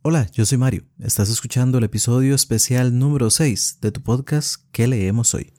Hola, yo soy Mario. Estás escuchando el episodio especial número 6 de tu podcast ¿Qué leemos hoy?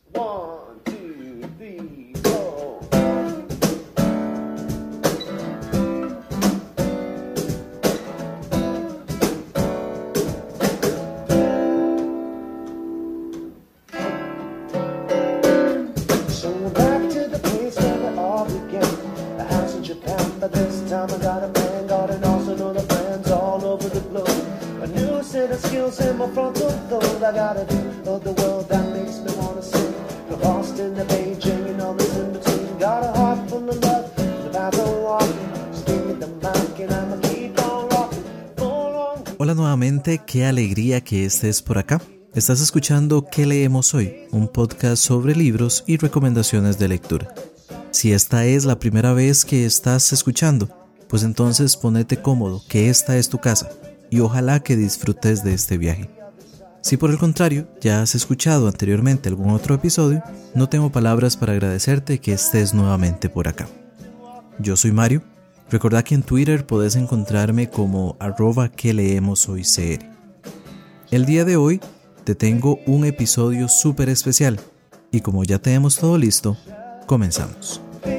Hola nuevamente, qué alegría que estés por acá. Estás escuchando ¿Qué leemos hoy? Un podcast sobre libros y recomendaciones de lectura. Si esta es la primera vez que estás escuchando, pues entonces ponete cómodo, que esta es tu casa, y ojalá que disfrutes de este viaje. Si por el contrario ya has escuchado anteriormente algún otro episodio, no tengo palabras para agradecerte que estés nuevamente por acá. Yo soy Mario. Recordá que en Twitter podés encontrarme como @queleemoshoycr. El día de hoy te tengo un episodio súper especial y como ya tenemos todo listo, comenzamos.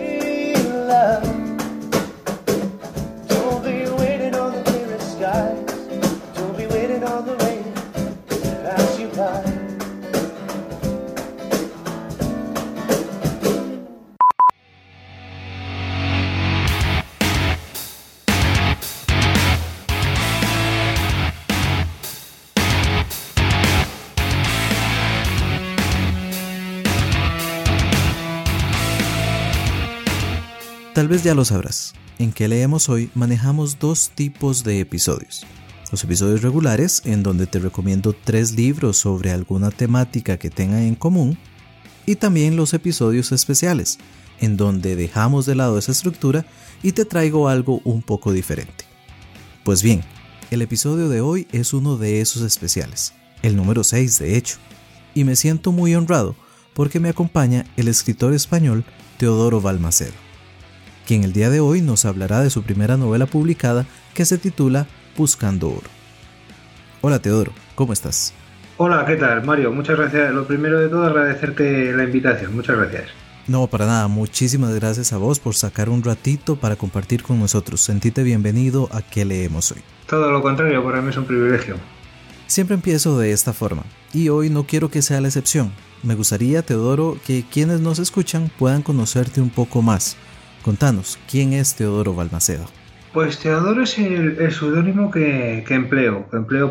Tal vez ya lo sabrás, en ¿Qué leemos hoy? Manejamos dos tipos de episodios. Los episodios regulares, en donde te recomiendo 3 libros sobre alguna temática que tengan en común, y también los episodios especiales, en donde dejamos de lado esa estructura y te traigo algo un poco diferente. Pues bien, el episodio de hoy es uno de esos especiales, el número 6 de hecho, y me siento muy honrado porque me acompaña el escritor español Teodoro Balmaceda, quien el día de hoy nos hablará de su primera novela publicada que se titula Buscando Oro. Hola Teodoro, ¿cómo estás? Hola, ¿qué tal, Mario? Muchas gracias. Lo primero de todo, agradecerte la invitación. Muchas gracias. No, para nada. Muchísimas gracias a vos por sacar un ratito para compartir con nosotros. Sentite bienvenido a ¿Qué leemos hoy? Todo lo contrario, para mí es un privilegio. Siempre empiezo de esta forma, y hoy no quiero que sea la excepción. Me gustaría, Teodoro, que quienes nos escuchan puedan conocerte un poco más. Contanos, ¿quién es Teodoro Balmaceda? Pues Teodoro es el seudónimo que empleo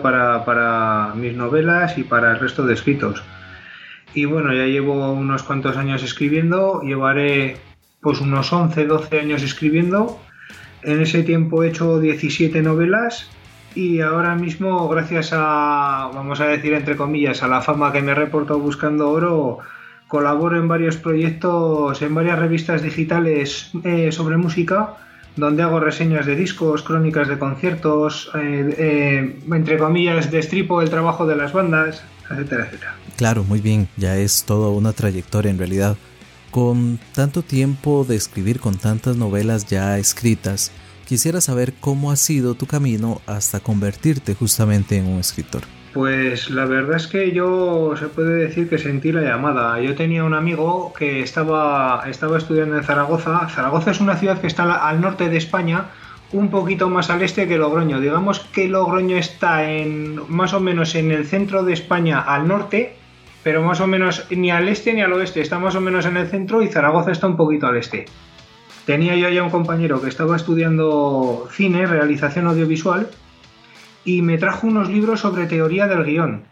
para mis novelas y para el resto de escritos. Y bueno, ya llevo unos cuantos años escribiendo, llevaré pues unos 11-12 años escribiendo. En ese tiempo he hecho 17 novelas y ahora mismo, gracias a, vamos a decir entre comillas, a la fama que me ha reportado Buscando Oro, colaboro en varios proyectos, en varias revistas digitales sobre música, donde hago reseñas de discos, crónicas de conciertos, entre comillas, destripo el trabajo de las bandas, etcétera, etcétera. Claro, muy bien, ya es toda una trayectoria en realidad. Con tanto tiempo de escribir, con tantas novelas ya escritas, quisiera saber cómo ha sido tu camino hasta convertirte justamente en un escritor. Pues la verdad es que yo se puede decir que sentí la llamada. Yo tenía un amigo que estaba estudiando en Zaragoza. Zaragoza es una ciudad que está al norte de España, un poquito más al este que Logroño. Digamos que Logroño está más o menos en el centro de España al norte, pero más o menos ni al este ni al oeste. Está más o menos en el centro y Zaragoza está un poquito al este. Tenía yo ya un compañero que estaba estudiando cine, realización audiovisual, y me trajo unos libros sobre teoría del guión,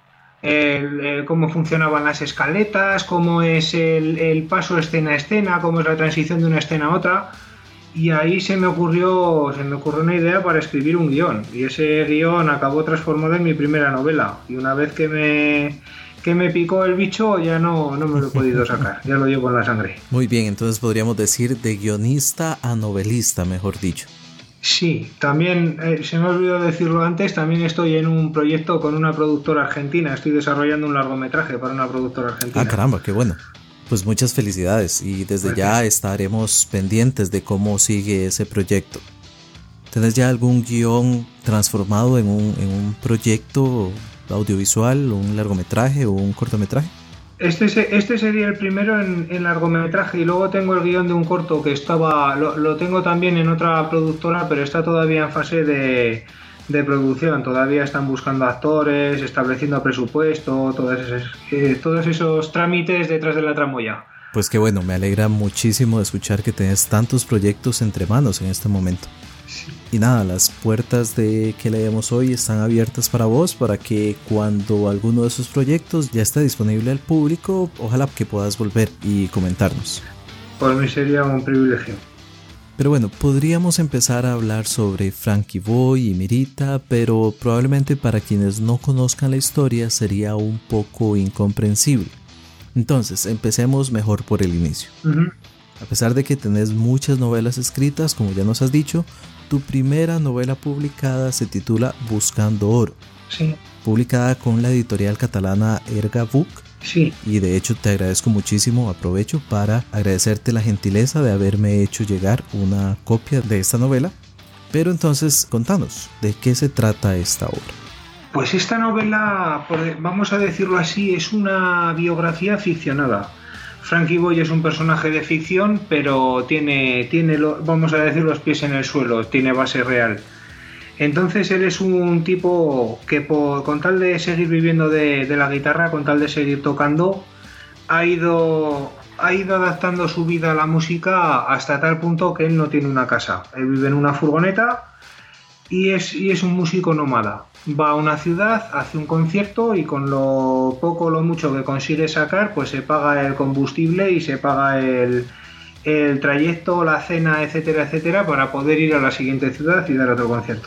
cómo funcionaban las escaletas, cómo es el paso escena a escena, cómo es la transición de una escena a otra, y ahí se me ocurrió una idea para escribir un guión, y ese guión acabó transformado en mi primera novela, y una vez que me picó el bicho ya no me lo he podido sacar, ya lo llevo en la sangre. Muy bien, entonces podríamos decir de guionista a novelista, mejor dicho. Sí, también se me ha olvidado decirlo antes, también estoy en un proyecto con una productora argentina, estoy desarrollando un largometraje para una productora argentina. Ah, caramba, qué bueno. Pues muchas felicidades y desde ya estaremos pendientes de cómo sigue ese proyecto. ¿Tenés ya algún guión transformado en un proyecto audiovisual, o un largometraje o un cortometraje? Este sería el primero en largometraje, y luego tengo el guión de un corto que lo tengo también en otra productora, pero está todavía en fase de producción. Todavía están buscando actores, estableciendo presupuesto, todos esos trámites detrás de la tramoya. Pues qué bueno, me alegra muchísimo de escuchar que tenés tantos proyectos entre manos en este momento. Sí. Y nada, las puertas de ¿Qué leemos hoy? Están abiertas para vos, para que cuando alguno de esos proyectos ya esté disponible al público, ojalá que puedas volver y comentarnos. Por mí sería un privilegio. Pero bueno, podríamos empezar a hablar sobre Frankie Boy y Mirita, pero probablemente para quienes no conozcan la historia sería un poco incomprensible. Entonces, empecemos mejor por el inicio. Uh-huh. A pesar de que tenés muchas novelas escritas, como ya nos has dicho, tu primera novela publicada se titula Buscando Oro. Sí. Publicada con la editorial catalana Erga Book. Sí. Y de hecho te agradezco muchísimo, aprovecho para agradecerte la gentileza de haberme hecho llegar una copia de esta novela. Pero entonces, contanos, ¿de qué se trata esta obra? Pues esta novela, vamos a decirlo así, es una biografía ficcionada. Frankie Boy es un personaje de ficción, pero tiene vamos a decir, los pies en el suelo, tiene base real. Entonces él es un tipo que con tal de seguir viviendo de la guitarra, con tal de seguir tocando, ha ido adaptando su vida a la música hasta tal punto que él no tiene una casa. Él vive en una furgoneta y es un músico nómada. Va a una ciudad, hace un concierto y con lo poco o lo mucho que consigue sacar, pues se paga el combustible y se paga el trayecto, la cena, etcétera, etcétera, para poder ir a la siguiente ciudad y dar otro concierto.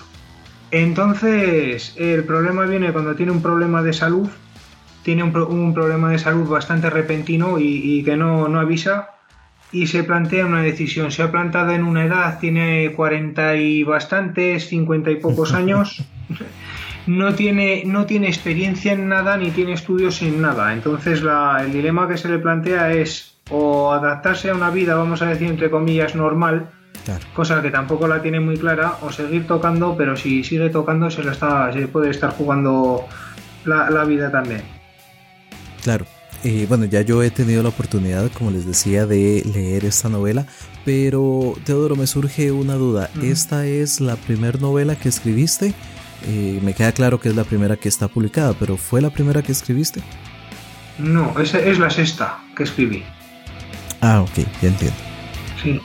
Entonces, el problema viene cuando tiene un problema de salud, tiene un problema de salud bastante repentino y que no avisa, y se plantea una decisión. Se ha plantado en una edad, tiene 40 y bastantes, 50 y pocos años. No tiene experiencia en nada ni tiene estudios en nada. Entonces el dilema que se le plantea es o adaptarse a una vida, vamos a decir entre comillas, normal, claro, cosa que tampoco la tiene muy clara, o seguir tocando, pero si sigue tocando se puede estar jugando la vida también. Claro. Bueno, ya yo he tenido la oportunidad, como les decía, de leer esta novela, pero Teodoro, me surge una duda. ¿Esta es la primera novela que escribiste? Me queda claro que es la primera que está publicada, pero ¿fue la primera que escribiste? No, esa es la sexta que escribí. Ah, ok, ya entiendo. Sí.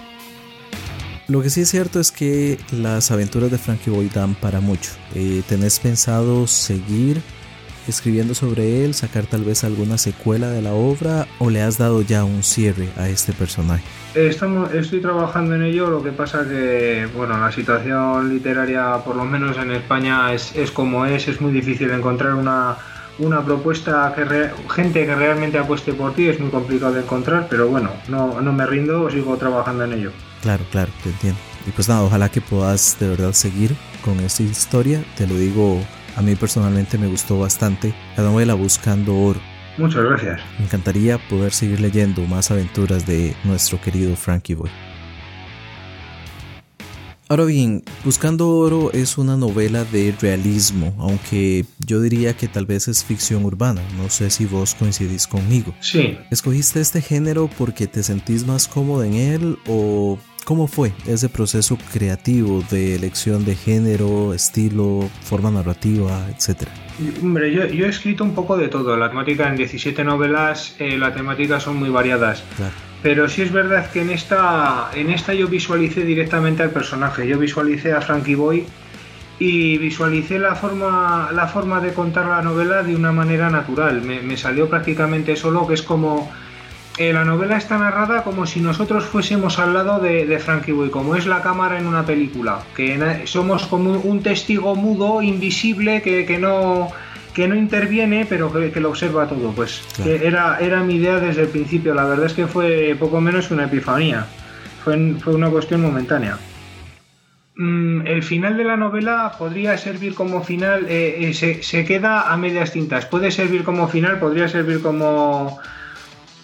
Lo que sí es cierto es que las aventuras de Frankie Boy dan para mucho. ¿Tenés pensado seguir escribiendo sobre él, sacar tal vez alguna secuela de la obra, o le has dado ya un cierre a este personaje? Estoy trabajando en ello, lo que pasa que bueno, la situación literaria, por lo menos en España, es como es muy difícil encontrar una propuesta, gente que realmente apueste por ti, es muy complicado de encontrar, pero bueno, no me rindo, sigo trabajando en ello. Claro, te entiendo. Y pues nada, ojalá que puedas de verdad seguir con esta historia, te lo digo. A mí personalmente me gustó bastante la novela Buscando Oro. Muchas gracias. Me encantaría poder seguir leyendo más aventuras de nuestro querido Frankie Boy. Ahora bien, Buscando Oro es una novela de realismo, aunque yo diría que tal vez es ficción urbana. No sé si vos coincidís conmigo. Sí. ¿Escogiste este género porque te sentís más cómodo en él o cómo fue ese proceso creativo de elección de género, estilo, forma narrativa, etcétera? Hombre, yo he escrito un poco de todo. La temática en 17 novelas, las temáticas son muy variadas. Claro. Pero sí es verdad que en esta yo visualicé directamente al personaje. Yo visualicé a Frankie Boy y visualicé la forma de contar la novela de una manera natural. Me salió prácticamente solo, que es como... la novela está narrada como si nosotros fuésemos al lado de Frankie Boy, como es la cámara en una película, que somos como un testigo mudo, invisible, que no interviene, pero que lo observa todo. Pues claro. Era mi idea desde el principio. La verdad es que fue poco menos que una epifanía, fue una cuestión momentánea. El final de la novela podría servir como final, se queda a medias tintas. Puede servir como final, podría servir como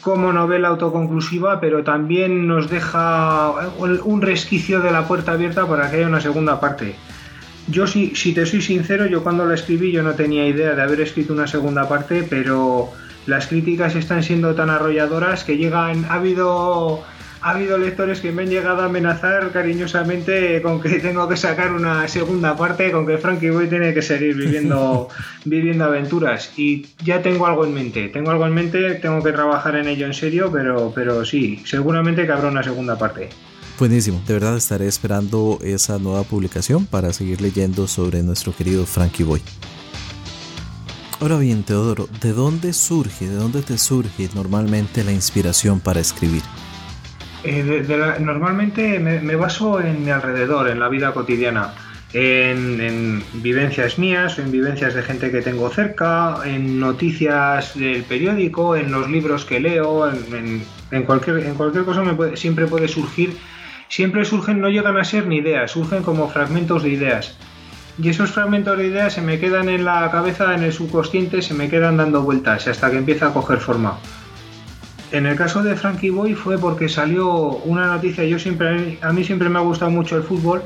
como novela autoconclusiva, pero también nos deja un resquicio de la puerta abierta para que haya una segunda parte. Yo, si te soy sincero, yo cuando la escribí yo no tenía idea de haber escrito una segunda parte, pero las críticas están siendo tan arrolladoras que llegan... Ha habido lectores que me han llegado a amenazar cariñosamente con que tengo que sacar una segunda parte, con que Frankie Boy tiene que seguir viviendo aventuras. Y ya tengo algo en mente, tengo que trabajar en ello en serio, pero sí, seguramente que habrá una segunda parte. Buenísimo, de verdad estaré esperando esa nueva publicación para seguir leyendo sobre nuestro querido Frankie Boy. Ahora bien, Teodoro, ¿de dónde te surge normalmente la inspiración para escribir? Normalmente me baso en mi alrededor, en la vida cotidiana, en vivencias mías, en vivencias de gente que tengo cerca, en noticias del periódico, en los libros que leo, en cualquier cosa siempre puede surgir. Siempre surgen, no llegan a ser ni ideas, surgen como fragmentos de ideas. Y esos fragmentos de ideas se me quedan en la cabeza, en el subconsciente, se me quedan dando vueltas hasta que empieza a coger forma. En el caso de Frankie Boy fue porque salió una noticia. A mí siempre me ha gustado mucho el fútbol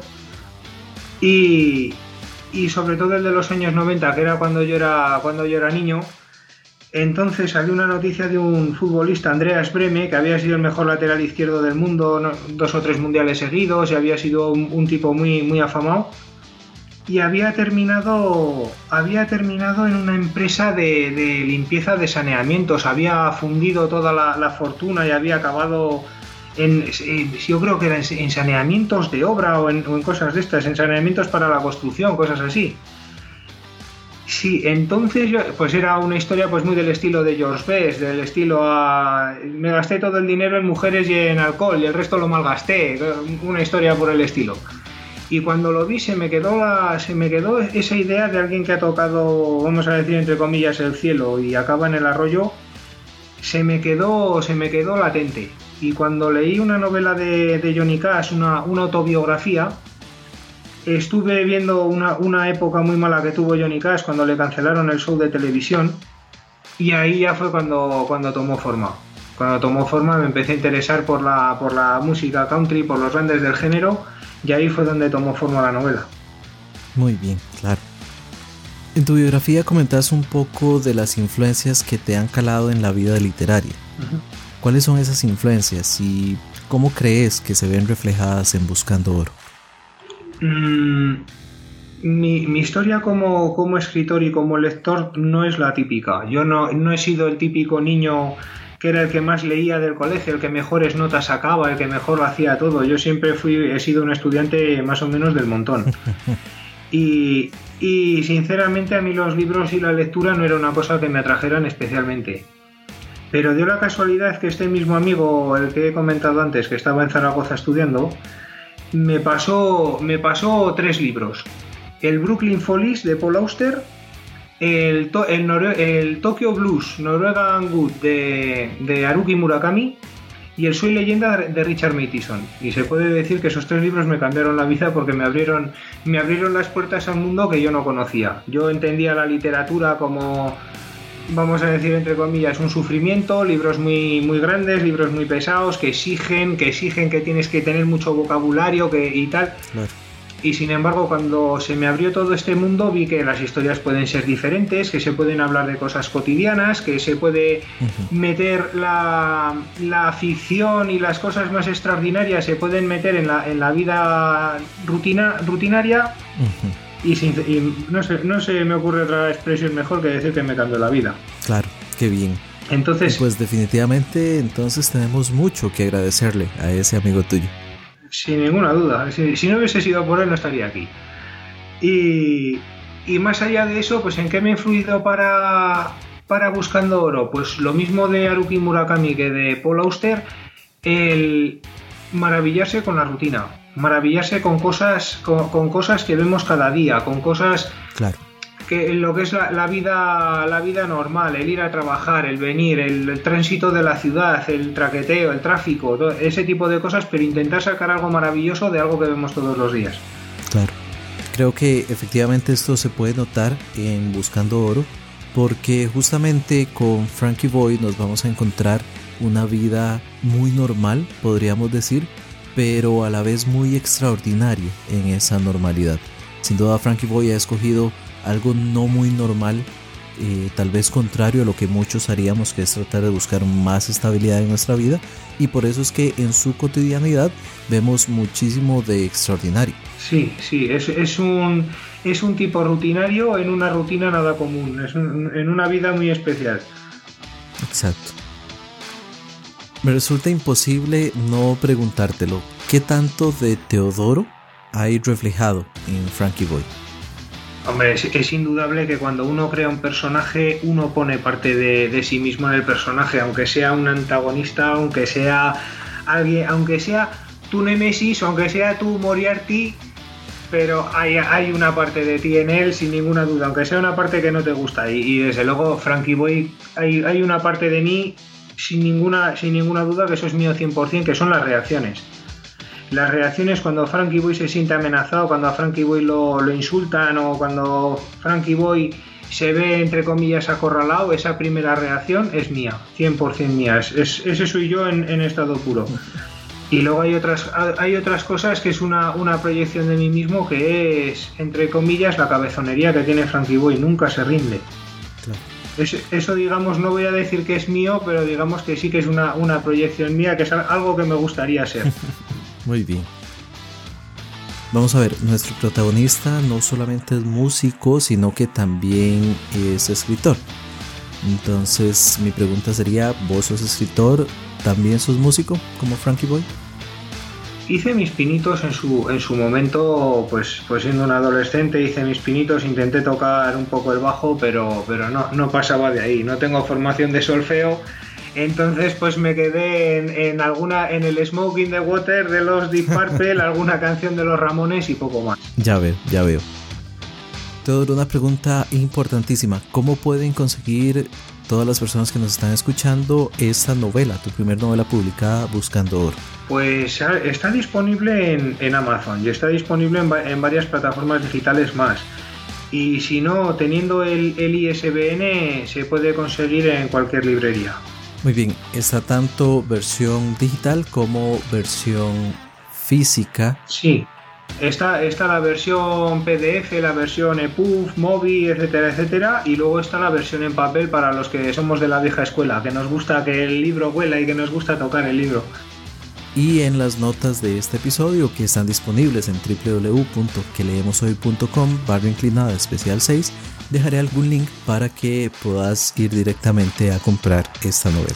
y sobre todo el de los años 90, que era cuando yo era niño. Entonces salió una noticia de un futbolista, Andreas Brehme, que había sido el mejor lateral izquierdo del mundo, 2 o 3 mundiales seguidos, y había sido un tipo muy, muy afamado. Y había terminado en una empresa de limpieza de saneamientos, había fundido toda la fortuna y había acabado yo creo que era en saneamientos de obra o en cosas de estas, en saneamientos para la construcción, cosas así. Sí, entonces pues era una historia pues muy del estilo de George Best, del estilo me gasté todo el dinero en mujeres y en alcohol y el resto lo malgasté, una historia por el estilo. Y cuando lo vi se me quedó esa idea de alguien que ha tocado, vamos a decir entre comillas, el cielo y acaba en el arroyo, se me quedó latente. Y cuando leí una novela de Johnny Cash, una autobiografía, estuve viendo una época muy mala que tuvo Johnny Cash cuando le cancelaron el show de televisión, y ahí ya fue cuando tomó forma. Cuando tomó forma me empecé a interesar por la música country, por los grandes del género, y ahí fue donde tomó forma la novela. Muy bien, claro. En tu biografía comentas un poco de las influencias que te han calado en la vida literaria. Uh-huh. ¿Cuáles son esas influencias y cómo crees que se ven reflejadas en Buscando Oro? Mi historia como escritor y como lector no es la típica. Yo no he sido el típico niño que era el que más leía del colegio, el que mejores notas sacaba, el que mejor lo hacía todo. Yo siempre he sido un estudiante más o menos del montón. Y sinceramente a mí los libros y la lectura no era una cosa que me atrajeran especialmente. Pero dio la casualidad que este mismo amigo, el que he comentado antes, que estaba en Zaragoza estudiando, me pasó 3 libros. El Brooklyn Follies de Paul Auster, el Tokyo Blues, Norwegian Wood de Haruki Murakami y el Soy Leyenda de Richard Matheson. Y se puede decir que esos 3 libros me cambiaron la vida porque me abrieron las puertas a un mundo que yo no conocía. Yo entendía la literatura como, vamos a decir entre comillas, un sufrimiento, libros muy, muy grandes, libros muy pesados, que exigen que tienes que tener mucho vocabulario y tal. Claro. Y sin embargo, cuando se me abrió todo este mundo, vi que las historias pueden ser diferentes, que se pueden hablar de cosas cotidianas, que se puede meter la ficción y las cosas más extraordinarias se pueden meter en la vida rutinaria. Y no se me ocurre otra expresión mejor que decir que me cambió la vida. Claro, qué bien. Entonces, pues definitivamente tenemos mucho que agradecerle a ese amigo tuyo. Sin ninguna duda. Si no hubiese sido por él no estaría aquí. Y más allá de eso, pues ¿en qué me ha influido para Buscando Oro? Pues lo mismo de Haruki Murakami que de Paul Auster, el maravillarse con la rutina, maravillarse con cosas que vemos cada día, con cosas... Claro. Que lo que es la vida normal, el ir a trabajar, el venir, el tránsito de la ciudad, el traqueteo, el tráfico, todo ese tipo de cosas, pero intentar sacar algo maravilloso de algo que vemos todos los días. Claro. Creo que efectivamente esto se puede notar en Buscando Oro, porque justamente con Frankie Boy nos vamos a encontrar una vida muy normal, podríamos decir, pero a la vez muy extraordinaria en esa normalidad. Sin duda Frankie Boy ha escogido algo no muy normal, tal vez contrario a lo que muchos haríamos, que es tratar de buscar más estabilidad en nuestra vida, y por eso es que en su cotidianidad vemos muchísimo de extraordinario. Sí, es un tipo rutinario en una rutina nada común, en una vida muy especial. Exacto. Me resulta imposible no preguntártelo, ¿qué tanto de Teodoro hay reflejado en Frankie Boy? Hombre, es indudable que cuando uno crea un personaje, uno pone parte de sí mismo en el personaje, aunque sea un antagonista, aunque sea alguien, aunque sea tu Némesis, aunque sea tu Moriarty, pero hay una parte de ti en él sin ninguna duda, aunque sea una parte que no te gusta. Y desde luego, Frankie Boy, hay una parte de mí sin ninguna duda que eso es mío 100%, que son las reacciones. Las reacciones cuando Frankie Boy se siente amenazado, cuando a Frankie Boy lo insultan o cuando Frankie Boy se ve entre comillas acorralado, esa primera reacción es mía, 100% mía, ese soy yo en estado puro. Y luego hay otras cosas que es una proyección de mí mismo, que es entre comillas la cabezonería que tiene Frankie Boy, nunca se rinde. Claro. Eso digamos, no voy a decir que es mío, pero digamos que sí que es una proyección mía, que es algo que me gustaría ser. Muy bien. Vamos a ver, nuestro protagonista no solamente es músico, sino que también es escritor. Entonces mi pregunta sería, ¿vos sos escritor? ¿También sos músico como Frankie Boy? Hice mis pinitos en su momento, pues siendo un adolescente hice mis pinitos, intenté tocar un poco el bajo, pero no pasaba de ahí. No tengo formación de solfeo. Entonces pues me quedé en el Smoke in the Water de los Deep Purple, alguna canción de los Ramones y poco más. Ya veo. Teodoro, una pregunta importantísima. ¿Cómo pueden conseguir todas las personas que nos están escuchando esta novela, tu primer novela publicada, Buscando Oro? Pues está disponible en Amazon y está disponible en varias plataformas digitales más. Y si no, teniendo el ISBN se puede conseguir en cualquier librería. Muy bien, está tanto versión digital como versión física. Sí, está la versión PDF, la versión EPUB, MOBI, etcétera, y luego está la versión en papel para los que somos de la vieja escuela, que nos gusta que el libro huela y que nos gusta tocar el libro. Y en las notas de este episodio, que están disponibles en www.queleemoshoy.com/inclinada especial 6, dejaré algún link para que puedas ir directamente a comprar esta novela.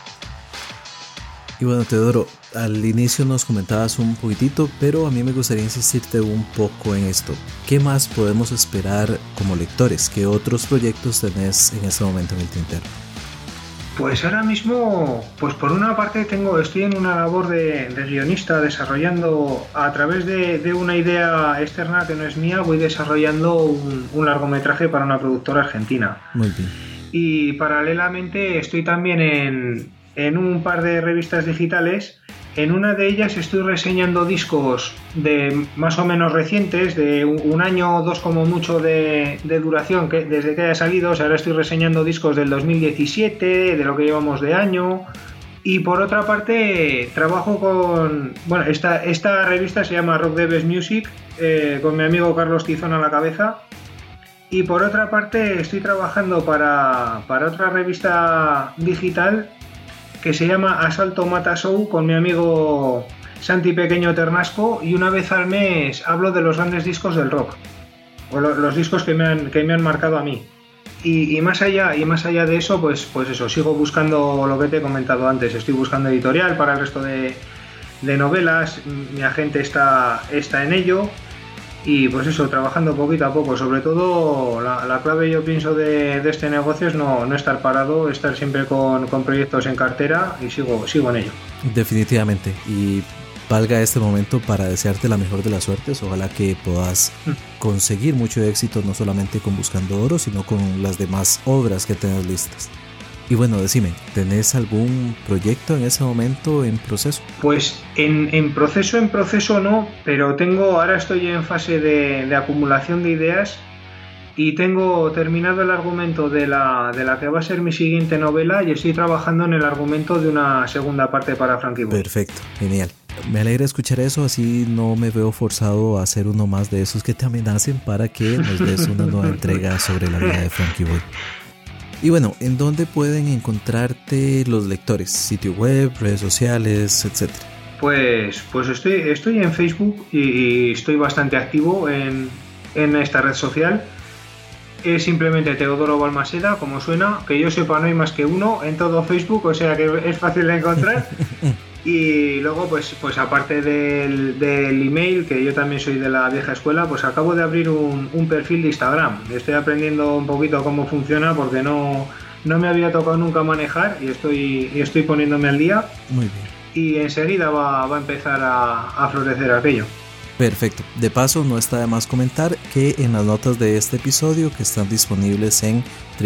Y bueno, Teodoro, al inicio nos comentabas un poquitito, pero a mí me gustaría insistirte un poco en esto. ¿Qué más podemos esperar como lectores? ¿Qué otros proyectos tenés en este momento en el tintero? Pues ahora mismo, pues por una parte estoy en una labor de guionista, desarrollando a través de una idea externa que no es mía, voy desarrollando un largometraje para una productora argentina. Muy bien. Y paralelamente estoy también en un par de revistas digitales. En una de ellas estoy reseñando discos de más o menos recientes, de un año o dos como mucho de duración, desde que haya salido. O sea, ahora estoy reseñando discos del 2017, de lo que llevamos de año. Y por otra parte, trabajo con... Bueno, esta revista se llama Rock Debes Music, con mi amigo Carlos Tizón a la cabeza. Y por otra parte, estoy trabajando para otra revista digital que se llama Asalto Mata Show, con mi amigo Santi Pequeño Ternasco, y una vez al mes hablo de los grandes discos del rock, o los discos que me han marcado a mí. Y más allá de eso, pues eso, sigo buscando lo que te he comentado antes, estoy buscando editorial para el resto de novelas, mi agente está en ello. Y pues eso, trabajando poquito a poco. Sobre todo la clave, yo pienso, de este negocio es no estar parado, estar siempre con proyectos en cartera, y sigo en ello. Definitivamente. Y valga este momento para desearte la mejor de las suertes. Ojalá que puedas conseguir mucho éxito, no solamente con Buscando Oro, sino con las demás obras que tenés listas. Y bueno, decime, ¿tenés algún proyecto en ese momento en proceso? Pues en proceso no, pero ahora estoy en fase de acumulación de ideas, y tengo terminado el argumento de la que va a ser mi siguiente novela y estoy trabajando en el argumento de una segunda parte para Frankie Boy. Perfecto, genial. Me alegra escuchar eso, así no me veo forzado a hacer uno más de esos que te amenacen para que nos des una nueva entrega sobre la vida de Frankie Boy. Y bueno, ¿en dónde pueden encontrarte los lectores? ¿Sitio web, redes sociales, etcétera? Pues estoy en Facebook y estoy bastante activo en esta red social. Es simplemente Teodoro Balmaseda, como suena, que yo sepa no hay más que uno en todo Facebook, o sea que es fácil de encontrar. Y luego pues aparte del email, que yo también soy de la vieja escuela, pues acabo de abrir un perfil de Instagram. Estoy aprendiendo un poquito cómo funciona porque no me había tocado nunca manejar y estoy poniéndome al día. Muy bien. Y enseguida va a empezar a florecer aquello. Perfecto. De paso, no está de más comentar que en las notas de este episodio, que están disponibles en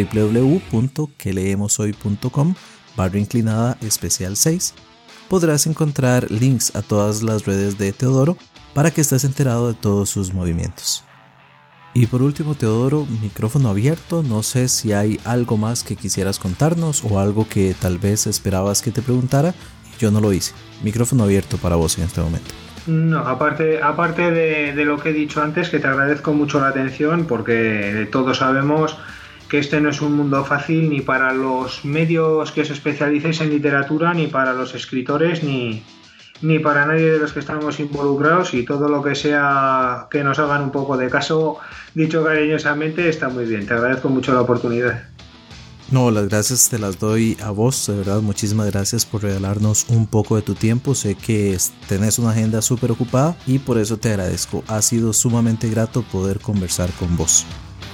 www.queleemoshoy.com/especial6, podrás encontrar links a todas las redes de Teodoro para que estés enterado de todos sus movimientos. Y por último, Teodoro, micrófono abierto, no sé si hay algo más que quisieras contarnos o algo que tal vez esperabas que te preguntara, yo no lo hice. Micrófono abierto para vos en este momento. No, aparte de lo que he dicho antes, que te agradezco mucho la atención porque todos sabemos que este no es un mundo fácil ni para los medios que os especialicéis en literatura, ni para los escritores, ni para nadie de los que estamos involucrados, y todo lo que sea que nos hagan un poco de caso, dicho cariñosamente, está muy bien. Te agradezco mucho la oportunidad. No, las gracias te las doy a vos, de verdad, muchísimas gracias por regalarnos un poco de tu tiempo. Sé que tenés una agenda súper ocupada y por eso te agradezco. Ha sido sumamente grato poder conversar con vos.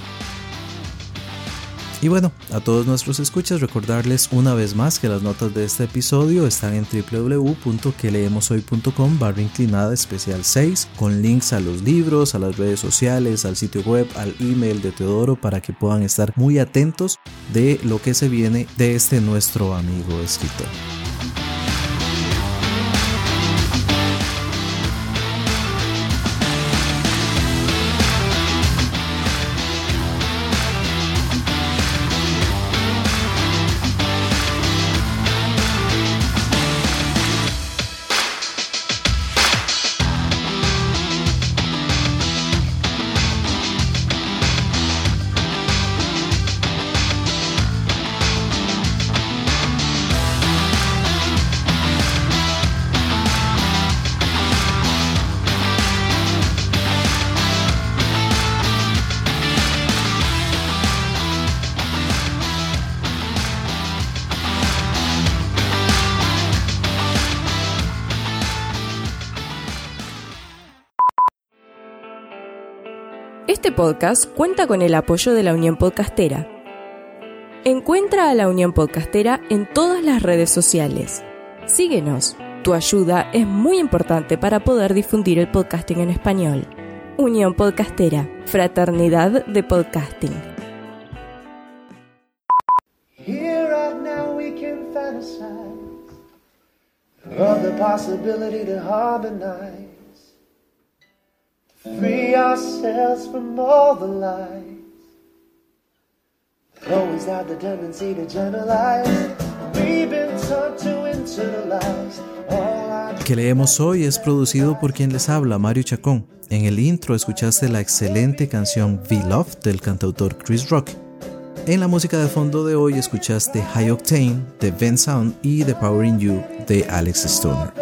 Y bueno, a todos nuestros escuchas, recordarles una vez más que las notas de este episodio están en www.queleemoshoy.com/especial6, con links a los libros, a las redes sociales, al sitio web, al email de Teodoro, para que puedan estar muy atentos de lo que se viene de este nuestro amigo escritor. Este podcast cuenta con el apoyo de la Unión Podcastera. Encuentra a la Unión Podcastera en todas las redes sociales. Síguenos. Tu ayuda es muy importante para poder difundir el podcasting en español. Unión Podcastera, fraternidad de podcasting. Here right now we can fantasize of the possibility to harmonize. Free ourselves from all the lies. Always have the tendency to generalize. We've been taught to internalize. Que leemos hoy es producido por quien les habla, Mario Chacón. En el intro escuchaste la excelente canción V-Love del cantautor Chris Rock. En la música de fondo de hoy escuchaste High Octane de Ben Sound y The Power in You de Alex Stoner.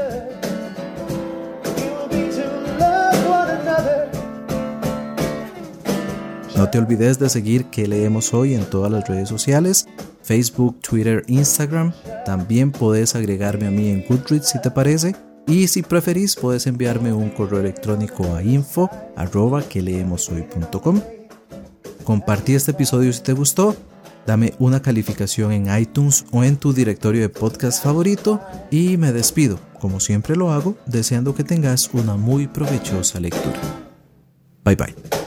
No te olvides de seguir Que Leemos Hoy en todas las redes sociales, Facebook, Twitter, Instagram. También podés agregarme a mí en Goodreads si te parece. Y si preferís, puedes enviarme un correo electrónico a info@queleemoshoy.com. Compartí este episodio si te gustó. Dame una calificación en iTunes o en tu directorio de podcast favorito. Y me despido, como siempre lo hago, deseando que tengas una muy provechosa lectura. Bye bye.